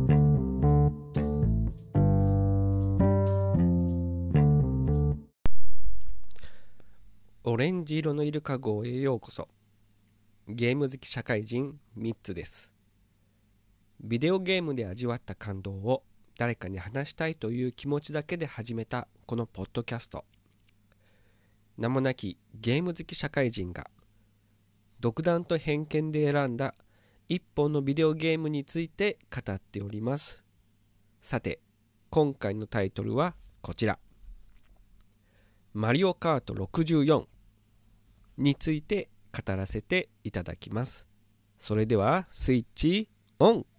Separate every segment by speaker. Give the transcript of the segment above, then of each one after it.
Speaker 1: オレンジ色のイルカ号へようこそ。ゲーム好き社会人ミッツです。ビデオゲームで味わった感動を誰かに話したいという気持ちだけで始めたこのポッドキャスト。名もなきゲーム好き社会人が独断と偏見で選んだ一本のビデオゲームについて語っております。さて、今回のタイトルはこちら。マリオカート64について語らせていただきます。それではスイッチオン。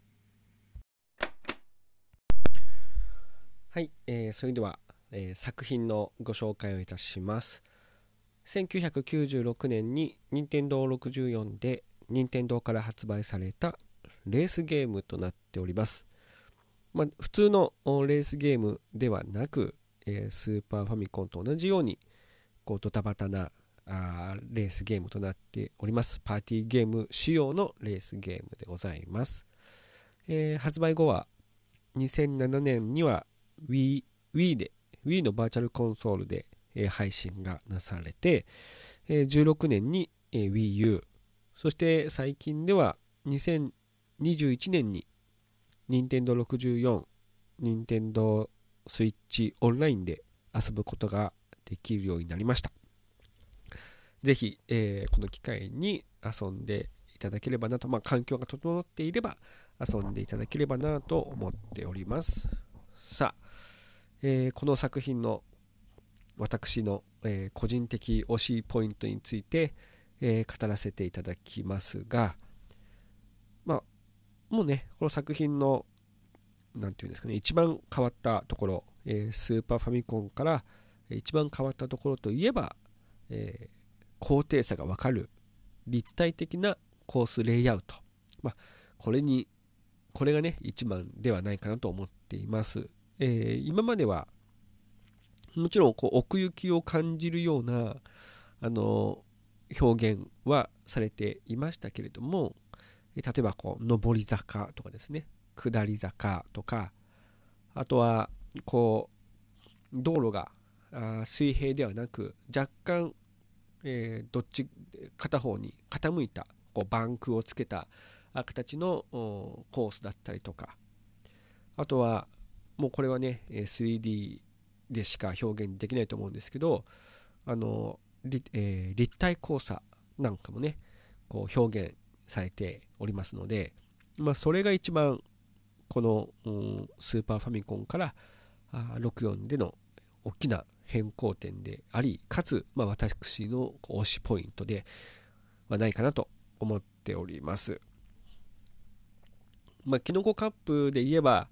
Speaker 1: はい、それでは、作品のご紹介をいたします。1996年に任天堂64で任天堂から発売されたレースゲームとなっております。普通のレースゲームではなく、スーパーファミコンと同じようにドタバタなレースゲームとなっております。パーティーゲーム仕様のレースゲームでございます。発売後は2007年には Wii のバーチャルコンソールで、配信がなされて、16年に、Wii U、 そして最近では2021年に任天堂64、任天堂スイッチオンラインで遊ぶことができるようになりました。ぜひ、この機会に遊んでいただければなと、環境が整っていれば遊んでいただければなと思っております。さあ、この作品の私の、個人的推しポイントについて、語らせていただきますが、もうね、この作品のなんていうんですかね、一番変わったところ、スーパーファミコンから一番変わったところといえば、高低差が分かる立体的なコースレイアウト、これがね一番ではないかなと思っています。今まではもちろん奥行きを感じるような表現はされていましたけれども、例えば上り坂とかですね、下り坂とか、あとは道路が水平ではなく若干、片方に傾いたバンクをつけた形のコースだったりとか、あとはもうこれはね 3D でしか表現できないと思うんですけど、立体交差なんかもね表現されておりますので、それが一番このスーパーファミコンから64での大きな変更点であり、かつ、私の推しポイントではないかなと思っております。キノコカップで言えば、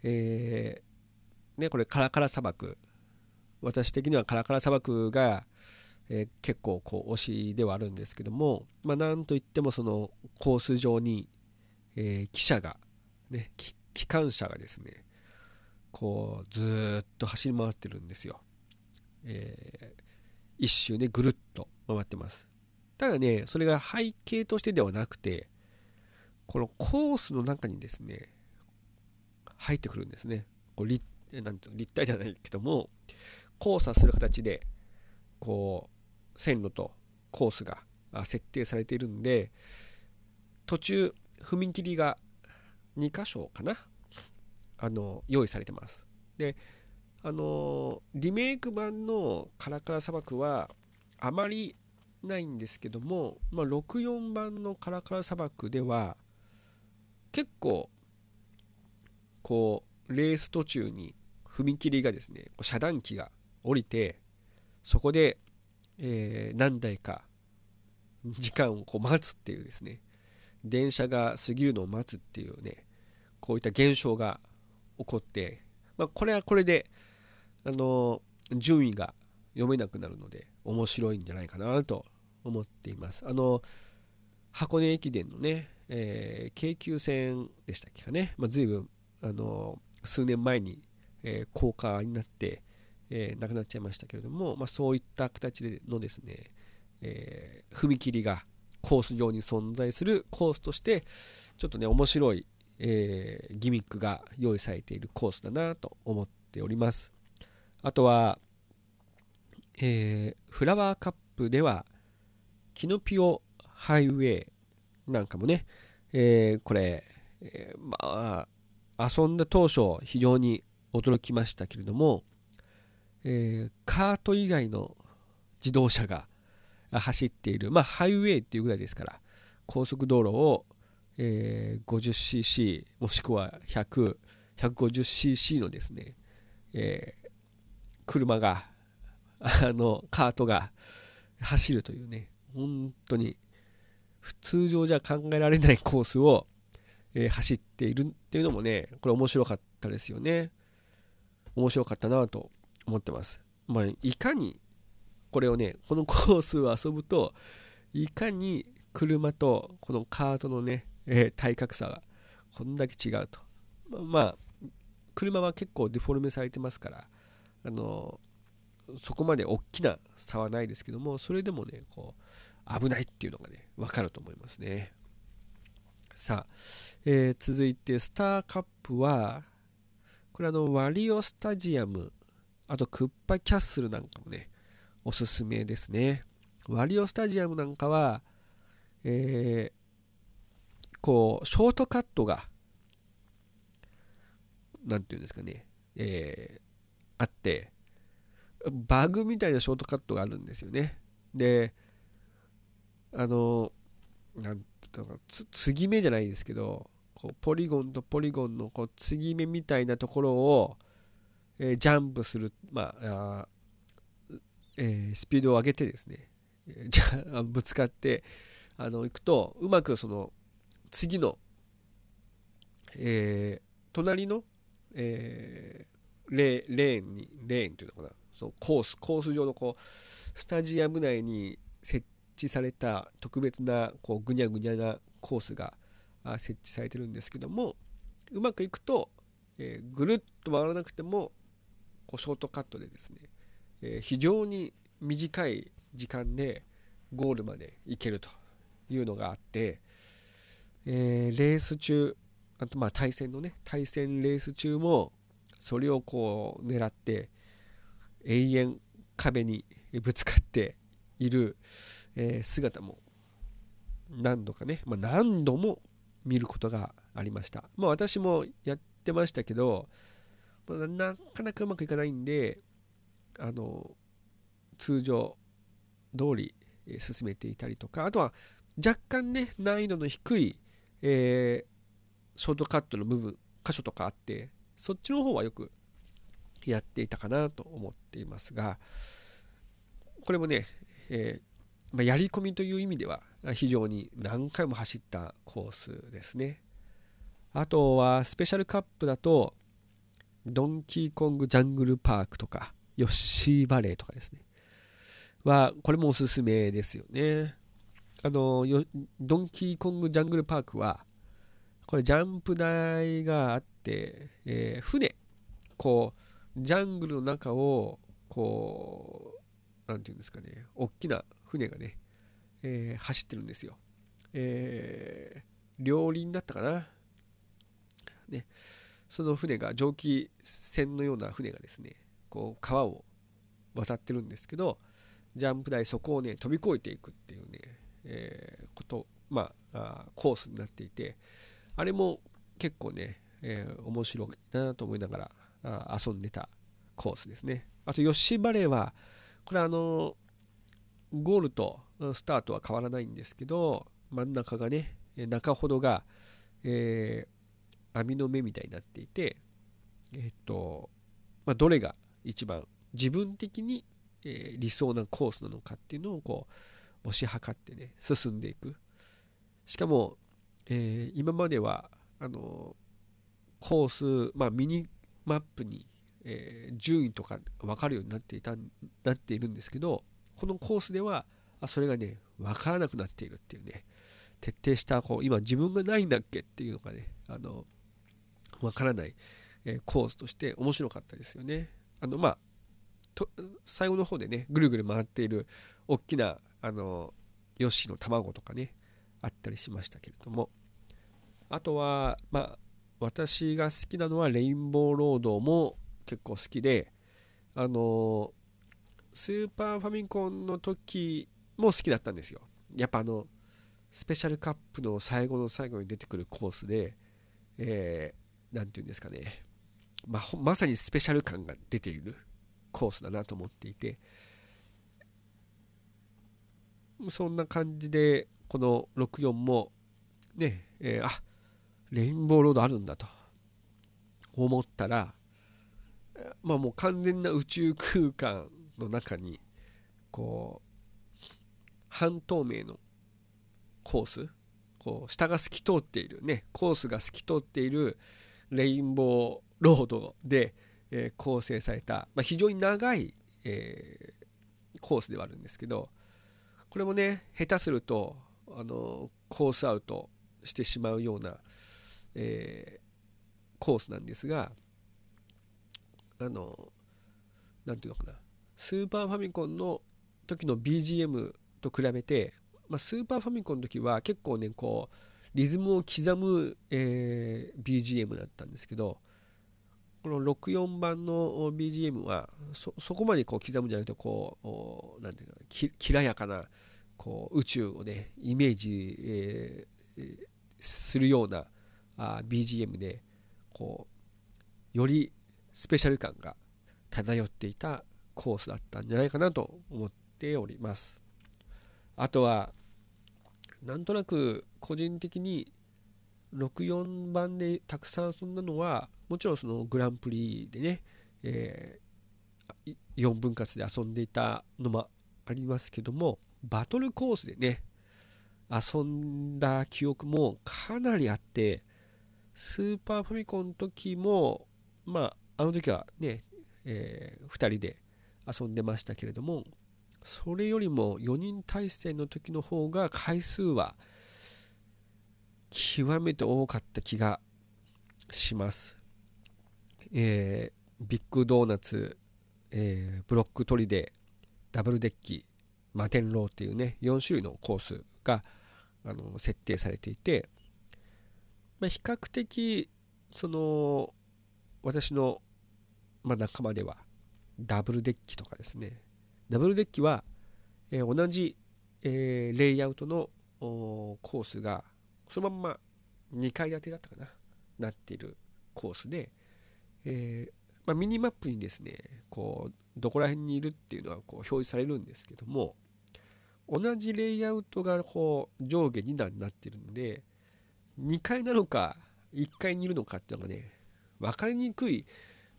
Speaker 1: これカラカラ砂漠、私的にはカラカラ砂漠が、結構推しではあるんですけども、なんといってもそのコース上に、機関車がですねずっと走り回ってるんですよ。一周でぐるっと回ってます。ただね、それが背景としてではなくて、このコースの中にですね入ってくるんですね。立体じゃないけども交差する形で線路とコースが設定されているんで、途中踏切が2箇所かな用意されてます。でリメイク版のカラカラ砂漠はあまりないんですけども、64版のカラカラ砂漠では結構レース途中に踏切がですね遮断機が降りて、そこで、何台か時間を待つっていうですね、電車が過ぎるのを待つっていうね、こういった現象が起こって、これはこれで順位が読めなくなるので面白いんじゃないかなと思っています。箱根駅伝のね、京急線でしたっけかね、随分数年前に、高架になって、なくなっちゃいましたけれども、そういった形でのですね、踏切がコース上に存在するコースとしてちょっとね面白い、 ギミックが用意されているコースだなと思っております。あとは、フラワーカップではキノピオハイウェイなんかもね、これ、まあ遊んだ当初非常に驚きましたけれども、カート以外の自動車が走っている、ハイウェイっていうぐらいですから、高速道路を、50cc もしくは150cc のですね、車がカートが走るというね、本当に通常じゃ考えられないコースを、走っているっていうのもね、これ面白かったですよね。面白かったなと思ってます。いかにこれをね、このコースを遊ぶと、いかに車とこのカートのね、体格差がこんだけ違うと。車は結構デフォルメされてますから、そこまで大きな差はないですけども、それでもね、こう危ないっていうのがね、分かると思いますね。さあ、続いてスターカップは、これワリオスタジアム、あとクッパキャッスルなんかもね、おすすめですね。ワリオスタジアムなんかは、こうショートカットがなんていうんですかね、あって、バグみたいなショートカットがあるんですよね。で、なんていうのか継ぎ目じゃないですけど、こうポリゴンとポリゴンのこう継ぎ目みたいなところを、ジャンプする、スピードを上げてですね、ぶつかって行くと、うまくその次の、隣の、レーンというのかな、そのコース上のこうスタジアム内に設置された特別なこうぐにゃぐにゃなコースが設置されてるんですけども、うまくいくと、ぐるっと回らなくてもこうショートカットでですね、非常に短い時間でゴールまで行けるというのがあって、レース中、あと対戦レース中もそれをこう狙って永遠壁にぶつかっている、姿も何度も見ることがありました。私もやってましたけど、なかなかうまくいかないんで、通常通り進めていたりとか、あとは若干ね難易度の低い、ショートカットの箇所とかあって、そっちの方はよくやっていたかなと思っていますが、これもね、やり込みという意味では非常に何回も走ったコースですね。あとはスペシャルカップだとドンキーコングジャングルパークとかヨッシーバレーとかですねは、これもおすすめですよね。ドンキーコングジャングルパークはこれジャンプ台があって、船、こうジャングルの中をこうなんていうんですかね、大きな船がね、走ってるんですよ。両輪だったかな、ね、その船が蒸気船のような船がですね、こう川を渡ってるんですけど、ジャンプ台そこをね飛び越えていくっていうね、コースになっていて、あれも結構ね、面白いなと思いながら遊んでたコースですね。あとヨッシーバレーはこれゴールとスタートは変わらないんですけど、真ん中がね、中ほどが、網の目みたいになっていて、どれが一番自分的に、理想なコースなのかっていうのをこう推し量ってね進んでいく。しかも、今まではコース、ミニマップに、順位とか分かるようになっているんですけど、このコースではそれがね分からなくなっているっていうね、徹底したこう今自分がないんだっけっていうのがね分からない、コースとして面白かったですよね。最後の方でねぐるぐる回っている大きなヨッシーの卵とかねあったりしましたけれども、あとは私が好きなのはレインボーロードも結構好きで、スーパーファミコンの時も好きだったんですよ。やっぱスペシャルカップの最後の最後に出てくるコースで、なんていうんですかね、まさにスペシャル感が出ているコースだなと思っていて、そんな感じでこの64もね、レインボーロードあるんだと思ったら、もう完全な宇宙空間の中にこう半透明のコース、こう下が透き通っているね、コースが透き通っているレインボーロードで、構成された、非常に長い、コースではあるんですけど、これもね下手するとコースアウトしてしまうような、コースなんですが、なんていうのかな、スーパーファミコンの時の BGM と比べて、スーパーファミコンの時は結構ねこうリズムを刻む、BGM だったんですけど、この64番の BGM はそこまでこう刻むんじゃなくて、こうなんていうの、きらやかなこう宇宙をねイメージ、するようなBGM で、こうよりスペシャル感が漂っていたコースだったんじゃないかなと思っております。あとはなんとなく個人的に64番でたくさん遊んだのは、もちろんそのグランプリでね、4分割で遊んでいたのもありますけども、バトルコースでね遊んだ記憶もかなりあって、スーパーファミコンの時もあの時はね、2人で遊んでましたけれども、それよりも4人対戦の時の方が回数は極めて多かった気がします。ビッグドーナツ、ブロックトリデー、ダブルデッキ、摩天楼っていうね4種類のコースが設定されていて、比較的その私の、仲間ではダブルデッキとかですね、ダブルデッキは、同じ、レイアウトのコースがそのまんま2階建てだったかなっているコースで、ミニマップにですねこうどこら辺にいるっていうのはこう表示されるんですけども、同じレイアウトがこう上下2段になっているので、2階なのか1階にいるのかっていうのがね分かりにくい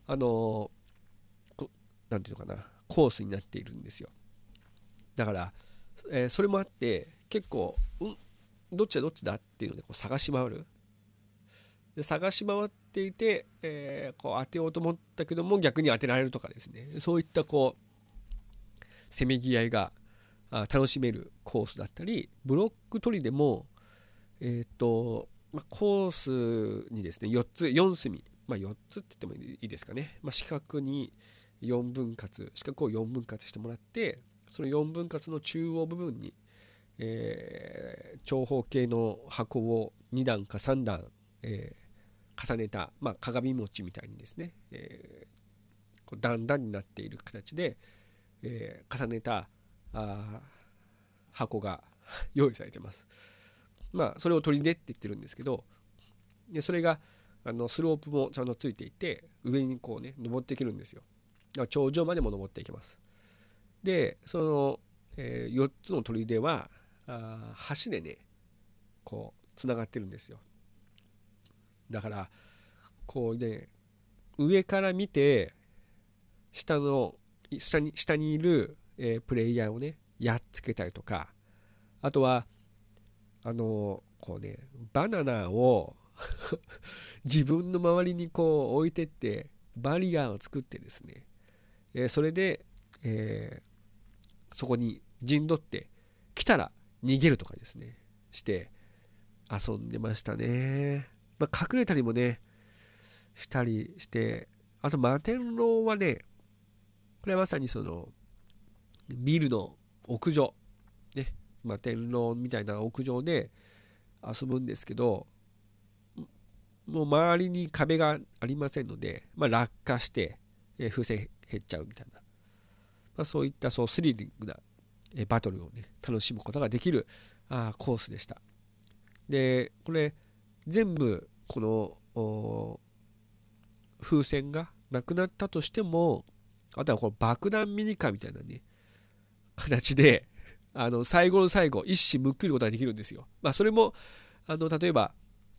Speaker 1: なんていうのかなコースになっているんですよ。だから、それもあって結構、どっちだどっちだっていうのでこう探し回る。で探し回っていて、こう当てようと思ったけども逆に当てられるとかですね、そういったこうせめぎ合いが楽しめるコースだったり、ブロック取りでもコースにですね4つ4隅、4つって言ってもいいですかね、四角に4分割、四角を4分割してもらって、その4分割の中央部分に、長方形の箱を2段か3段、重ねた、鏡餅みたいにですね、こう段々になっている形で、重ねた箱が用意されてます。それを取り出って言ってるんですけど、でそれがスロープもちゃんとついていて、上にこうね登っていけるんですよ。頂上までも登っていけます。でその、4つの砦は橋でねこうつながってるんですよ。だからこうね上から見て下にいる、プレイヤーをねやっつけたりとか、あとはこうねバナナを自分の周りにこう置いてってバリアを作ってですね、それで、そこに陣取って来たら逃げるとかですねして遊んでましたね。隠れたりもねしたりして、あと摩天楼はね、これはまさにそのビルの屋上ね、摩天楼みたいな屋上で遊ぶんですけど、 もう周りに壁がありませんので、落下して、風船減っちゃうみたいな、そういったスリリングなバトルをね楽しむことができるコースでした。でこれ全部この風船がなくなったとしても、あとはこの爆弾ミニカーみたいなね形で最後の最後一矢報いることができるんですよ。それも例えば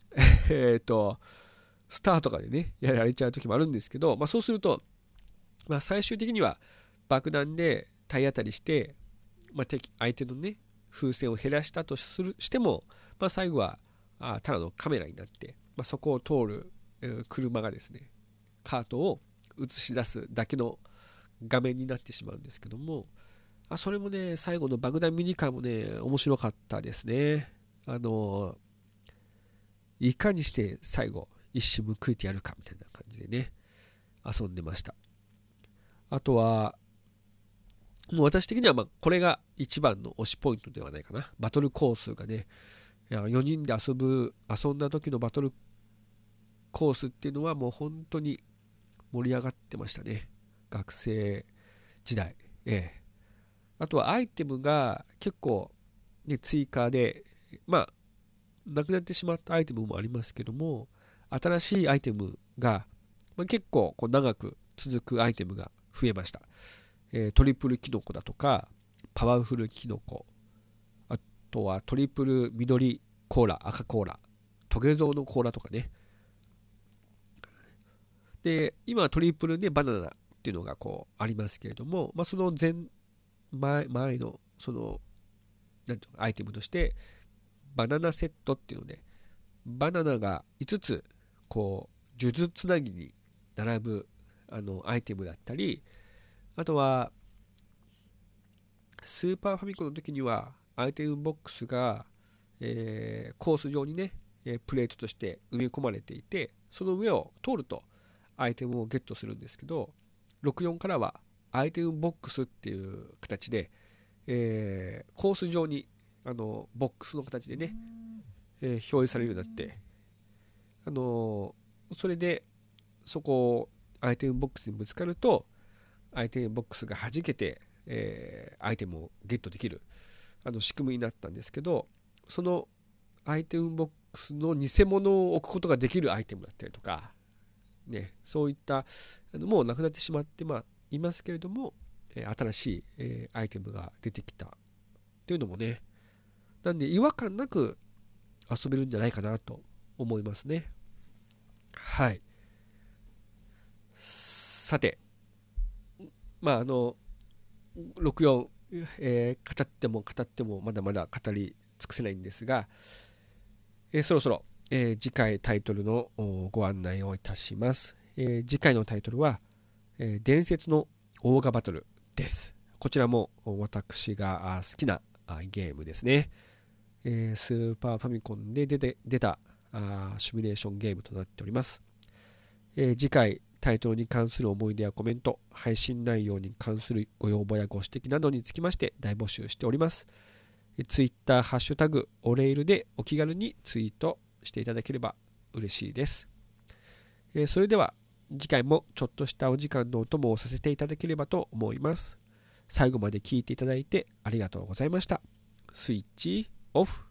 Speaker 1: スターとかでねやられちゃう時もあるんですけど、そうすると、最終的には爆弾で体当たりして、相手のね風船を減らしたとしても、最後はただのカメラになって、そこを通る、車がですねカートを映し出すだけの画面になってしまうんですけども、それもね最後の爆弾ミニカーもね面白かったですね。いかにして最後一矢報いてやるかみたいな感じでね遊んでました。あとはもう私的にはこれが一番の推しポイントではないかな。バトルコースがね、4人で遊んだ時のバトルコースっていうのはもう本当に盛り上がってましたね、学生時代。あとはアイテムが結構、ね、追加でなくなってしまったアイテムもありますけども、新しいアイテムが、結構長く続くアイテムが増えました。トリプルキノコだとかパワフルキノコ、あとはトリプル緑コーラ、赤コーラ、トゲゾウのコーラとかね。で今トリプルでバナナっていうのがありますけれども、その前のなんていうのアイテムとしてバナナセットっていうので、バナナが5つ数珠つなぎに並ぶアイテムだったり、あとはスーパーファミコンの時にはアイテムボックスが、コース上にねプレートとして埋め込まれていて、その上を通るとアイテムをゲットするんですけど、64からはアイテムボックスっていう形で、コース上にボックスの形でね、表示されるようになって、それでそこをアイテムボックスにぶつかるとアイテムボックスが弾けて、アイテムをゲットできる仕組みになったんですけど、そのアイテムボックスの偽物を置くことができるアイテムだったりとか、ね、そういったもうなくなってしまっていますけれども、新しい、アイテムが出てきたっていうのもね、なんで違和感なく遊べるんじゃないかなと思いますね。はい。さて、64、語っても語ってもまだまだ語り尽くせないんですが、そろそろ、次回タイトルのご案内をいたします。次回のタイトルは、伝説のオーガバトルです。こちらも私が好きなゲームですね。スーパーファミコンで出たシミュレーションゲームとなっております。次回タイトルに関する思い出やコメント、配信内容に関するご要望やご指摘などにつきまして大募集しております。ツイッターハッシュタグオレイルでお気軽にツイートしていただければ嬉しいです。それでは次回もちょっとしたお時間のお供をさせていただければと思います。最後まで聞いていただいてありがとうございました。スイッチオフ。